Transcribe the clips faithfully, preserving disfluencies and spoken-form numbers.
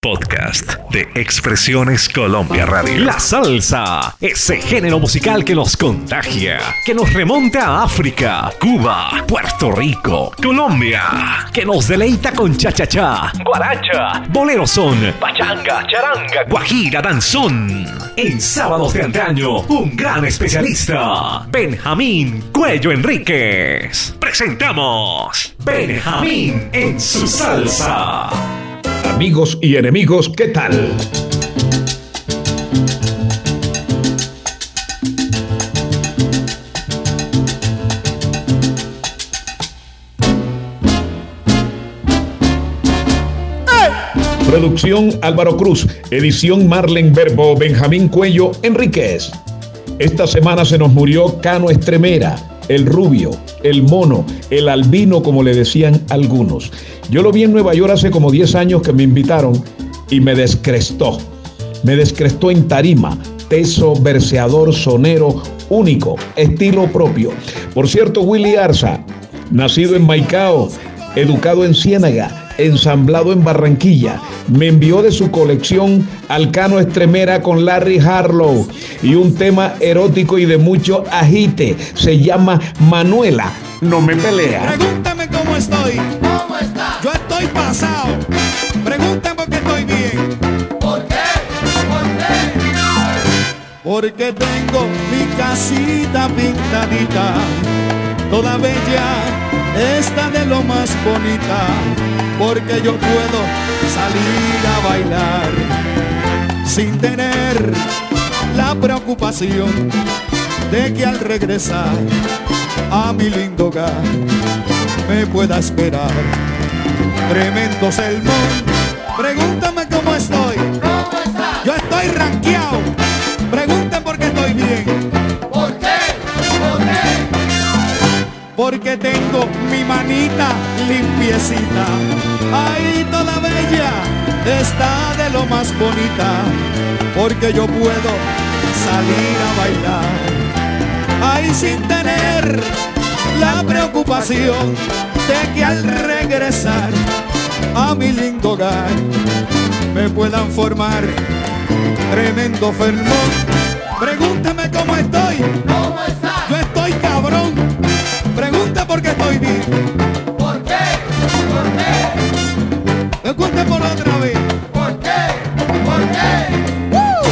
Podcast de Expresiones Colombia Radio. La salsa, ese género musical que nos contagia, que nos remonta a África, Cuba, Puerto Rico, Colombia, que nos deleita con cha-cha-cha, guaracha, bolero son, pachanga, charanga, guajira, danzón. En Sábados de Antaño, un gran especialista, Benjamín Cuello Enríquez. Presentamos Benjamín en su salsa. Amigos y enemigos, ¿qué tal? Producción Álvaro Cruz, edición Marlen Verbo, Benjamín Cuello Enríquez. Esta semana se nos murió Cano Estremera, el rubio, el mono, el albino, como le decían algunos. Yo lo vi en Nueva York hace como diez años que me invitaron y me descrestó. Me descrestó en tarima, teso, verseador, sonero, único, estilo propio. Por cierto, Willy Arza, nacido en Maicao, educado en Ciénaga, ensamblado en Barranquilla, me envió de su colección al Cano Estremera con Larry Harlow y un tema erótico y de mucho agite. Se llama Manuela, no me pelea. Pregúntame cómo estoy. ¿Cómo está? Yo estoy pasado. Pregúntame por qué estoy bien. ¿Por qué? ¿Por qué? Porque tengo mi casita pintadita, toda bella, esta de lo más bonita. Porque yo puedo salir a bailar sin tener la preocupación de que al regresar a mi lindo hogar me pueda esperar tremendo sermón. Pregúntame cómo estoy. ¿Cómo está? Yo estoy ranqueado. Pregunten por qué estoy bien. ¿Por qué? ¿Por qué? Porque tengo mi manita limpiecita, ahí toda bella, está de lo más bonita. Porque yo puedo salir a bailar, ahí sin tener la preocupación de que al regresar a mi lindo hogar me puedan formar tremendo fermón. Pregúntame cómo estoy. ¿Cómo está? Yo estoy cabrón. Pregunta por qué estoy bien. ¿Por qué? ¿Por qué? Me cuente por otra vez. ¿Por qué? ¿Por qué? ¡Woo!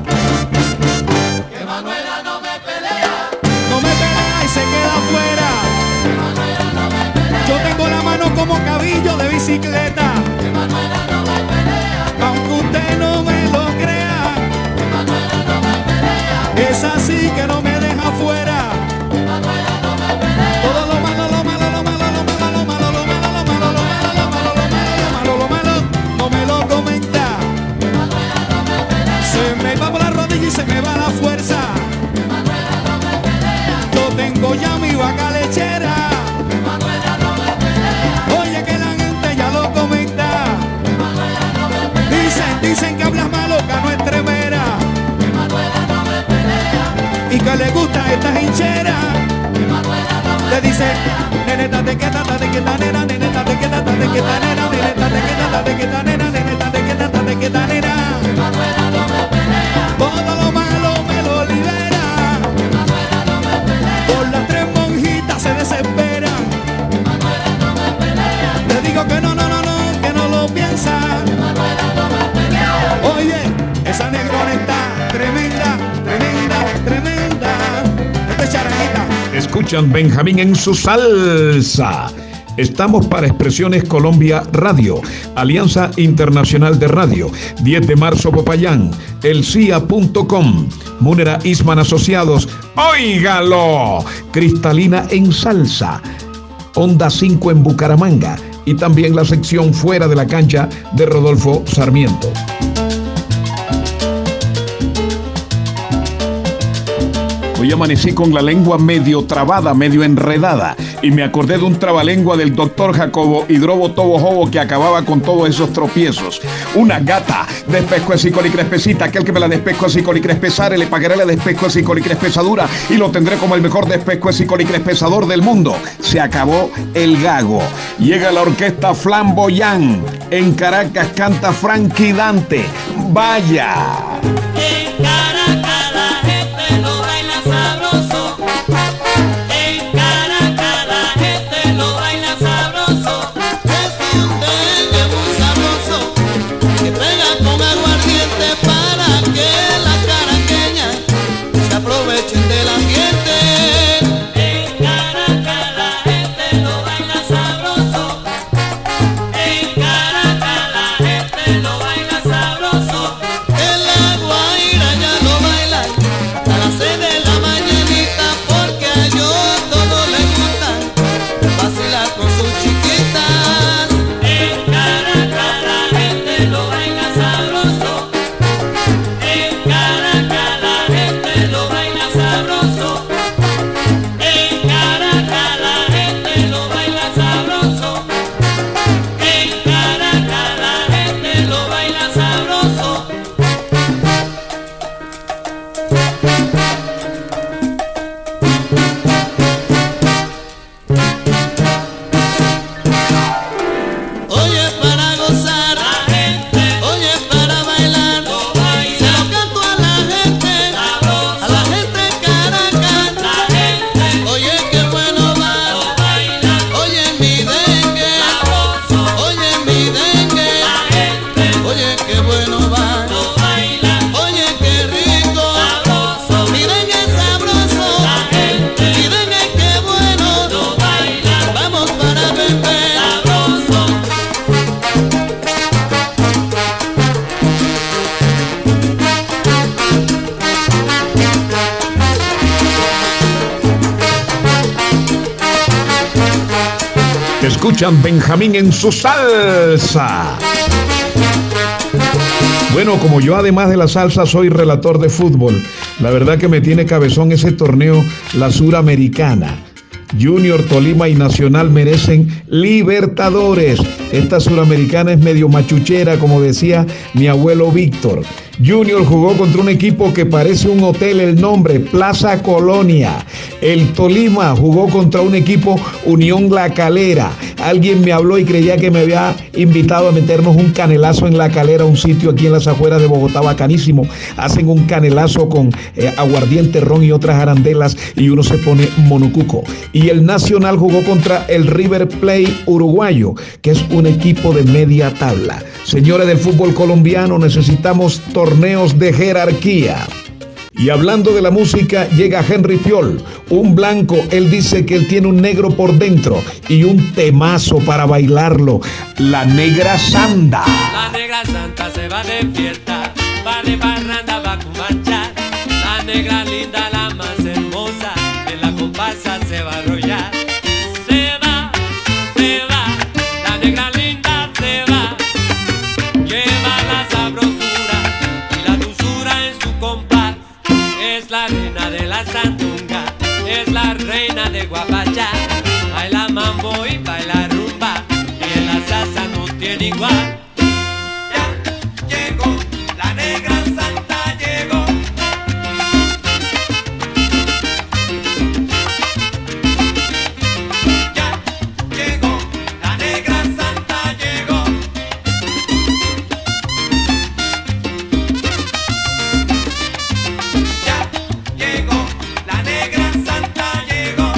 Que Manuela no me pelea. No me pelea y se queda afuera. Que Manuela no me pelea. Yo tengo la mano como cabillo de bicicleta. Que Manuela no me pelea. Aunque usted no me lo crea, Que Manuela no me pelea. es así que no me deja afuera. Que Manuela no me pelea. Todo lo malo, lo malo, lo malo, lo malo, lo malo, lo malo, lo malo, lo malo, lo malo, lo malo, lo malo, no me lo comenta. Que Manuela no me pelea. Se me va por la rodilla y se me va la fuerza. Que Manuela no me pelea. Yo tengo ya mi vaca lechera. Que Manuela no me pelea. Oye que la gente ya lo comenta. Que Manuela no me pelea. Dicen, dicen que hablas malo, Cano Estremera, Que Manuela no me pelea. y que le gusta esta hinchera. Que Manuela no me Le dice, nene, tate quieta, tate quieta, nena, nene, tate quieta, tate quieta, nena, nene, tate quieta, tate quieta, nena, nene, tate quieta, tate quieta, nena. Que Manuela no me pelea. Todo lo malo me lo libera. Que Manuela no me pelea. Por las tres monjitas se desesperan. Que Manuela no me pelea. Te digo que no, no, no, no, que no lo piensa. Que Manuela no me pelea. Oye, esa negrona está tremenda, tremenda, tremenda. Esta es charanguita. Escuchan Benjamín en su salsa. Estamos para Expresiones Colombia Radio, Alianza Internacional de Radio, diez de marzo Popayán, el C I A punto com, Munera Isman Asociados, ¡óigalo! Cristalina en salsa, Onda cinco en Bucaramanga y también la sección Fuera de la Cancha de Rodolfo Sarmiento. Hoy amanecí con la lengua medio trabada, medio enredada. y me acordé de un trabalengua del doctor Jacobo Hidrobo Tobo Jobo que acababa con todos esos tropiezos. Una gata de pesco así con y crespecita, aquel que me la despesco así con y crespesare, le pagaré la despesco así con y crespesadura y lo tendré como el mejor despesco así con y crespesador del mundo. Se acabó el gago. Llega la orquesta Flamboyán. En Caracas canta Frankie Dante. ¡Vaya! En Caracas la gente lo baila sabroso. En Caracas la gente lo baila sabroso. Es un dengue muy sabroso que pega con aguardiente para que las caraqueñas se aprovechen del ambiente. En Caracas la gente lo baila sabroso. En Caracas la gente lo baila sabroso. En la Guaira ya lo bailan a las seis de la mañanita porque a ellos todos les gusta vacilar con sus chiquitas. En Caracas la gente lo baila sabroso. En Caracas la gente lo baila sabroso. En Caracas la gente lo baila sabroso. En Caracas la gente lo baila sabroso. Oye para gozar, La gente oye para bailar, lo se baila lo canto a la gente, a la sabroso. gente de Caracas. La gente Oye qué bueno lo va, baila oye mi dengue, sabroso. oye mi dengue, La gente oye qué bueno va, lo baila oye qué rico, sabroso. mi dengue es sabroso, La gente mi dengue qué bueno, lo baila vamos para beber. sabroso. Escuchan Benjamín en su salsa. Bueno, como yo además de la salsa soy relator de fútbol, la verdad que me tiene cabezón ese torneo, la Suramericana. Junior, Tolima y Nacional merecen Libertadores. Esta Suramericana es medio machuchera, como decía mi abuelo Víctor. Junior jugó contra un equipo que parece un hotel, el nombre, Plaza Colonia. El Tolima jugó contra un equipo Unión La Calera. Alguien me habló y creía que me había invitado a meternos un canelazo en La Calera, un sitio aquí en las afueras de Bogotá bacanísimo. Hacen un canelazo con eh, aguardiente, ron y otras arandelas y uno se pone monocuco. Y el Nacional jugó contra el River Plate uruguayo, que es un equipo de media tabla. Señores del fútbol colombiano, necesitamos torneos de jerarquía. Y hablando de la música, llega Henry Fiol, un blanco. Él dice que él tiene un negro por dentro y un temazo para bailarlo, La Negra Santa. La negra santa se va de fiesta, va de parranda, va a cumbanchar. La negra linda, la más hermosa, en la comparsa se va a arrollar. Se va, se va, la negra linda se va. Lleva la sabrosura y la dulzura en su compás. Es la reina de la sandunga, es la reina de Guapachá. Baila mambo y baila rumba, y en la salsa no tiene igual. Ya llegó, la negra santa llegó. Ya llegó, la negra santa llegó. Ya llegó, la negra santa llegó.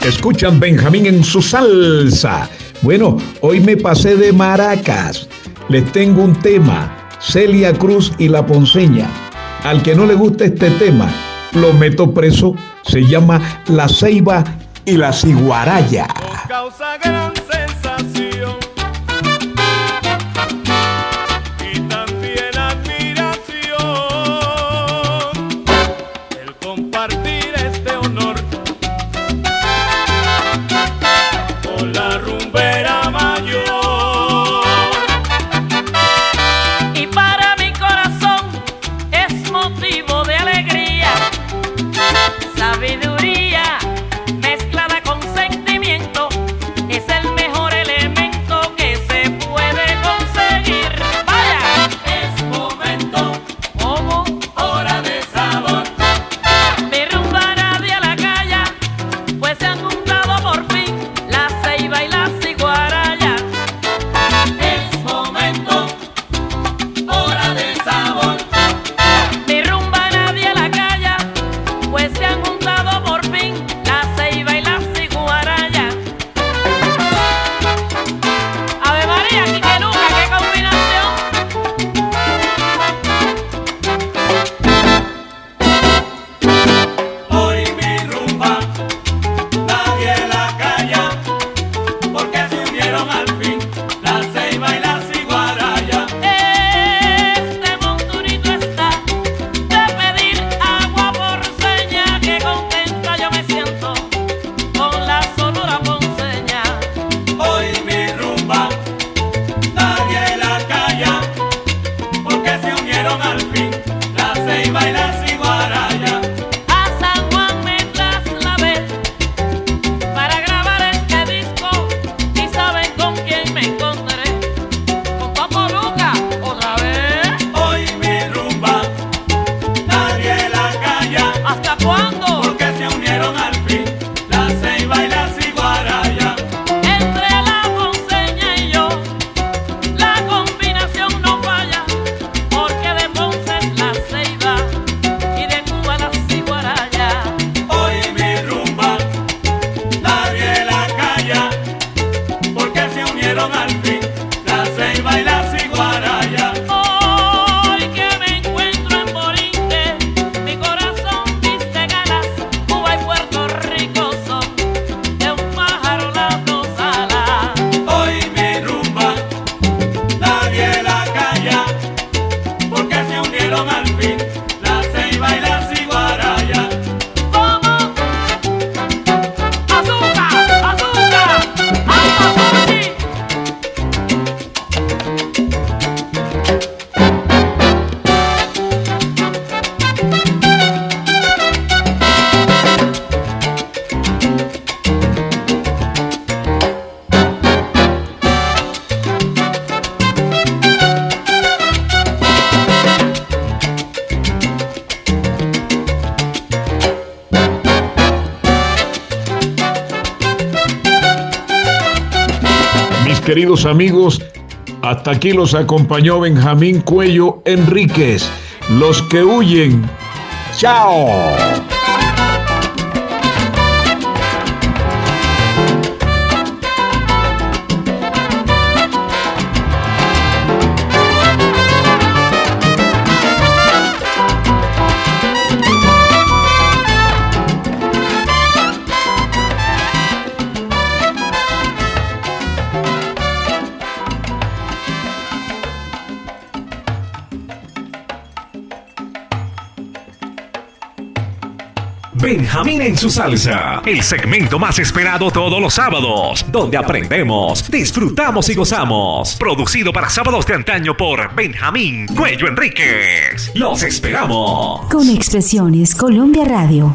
Escuchan Benjamín en su salsa. Bueno, hoy me pasé de maracas. Les tengo un tema, Celia Cruz y La Ponceña. Al que no le gusta este tema, lo meto preso. Se llama La Ceiba y la Ciguaraya. Nos causa gran sensación y también admiración el compartir este honor con la rumbera mayor. Y para mi corazón es motivo de alegría, sabiduría mezclada con sentimiento, es el mejor elemento que se puede conseguir. Vaya, Es momento, como hora de sabor. mi rumba nadie la calla, pues se han juntado por fin la ceiba y la ciguaraya. Es momento, hora de sabor. Mi rumba nadie la calla, pues se han juntado por fin la ceiba y la ciguaraya. Ave María, Quique Luca, qué combinación. Hoy mi rumba nadie la calla, porque se unieron al fin la ceiba y la ciguaraya. Este monturito está de pedir agua por seña, que contenta yo me siento con la sonora ponceña. Hoy mi rumba nadie la calla, porque se unieron al fin la ceiba y la ciguaraya. A San Juan me trasladé para grabar este disco, y saben con quién me encontré, con Papo Luca otra vez. Hoy mi rumba nadie la calla, ¿Hasta cuándo? porque se unieron al fin la ceiba y la ciguaraya. Entre la ponceña y yo, la combinación no falla, porque de Ponce es la ceiba y de Cuba la ciguaraya. Hoy mi rumba nadie la calla, porque se unieron al fin la ceiba y la ciguaraya. Hoy que me encuentro en Borinque, mi corazón viste ganas. Cuba y Puerto Rico son de un pájaro las dos alas. Hoy mi rumba nadie la calla, porque se unieron al fin la ceiba y la ciguaraya. ¿Cómo? ¡Azúcar! ¡Azúcar! ¡Azúcar! Mis queridos amigos, hasta aquí los acompañó Benjamín Cuello Enríquez. Los que huyen. ¡Chao! Benjamín en su salsa, el segmento más esperado todos los sábados, donde aprendemos, disfrutamos y gozamos. Producido para sábados de antaño por Benjamín Cuello Enríquez. Los esperamos. Con Expresiones Colombia Radio.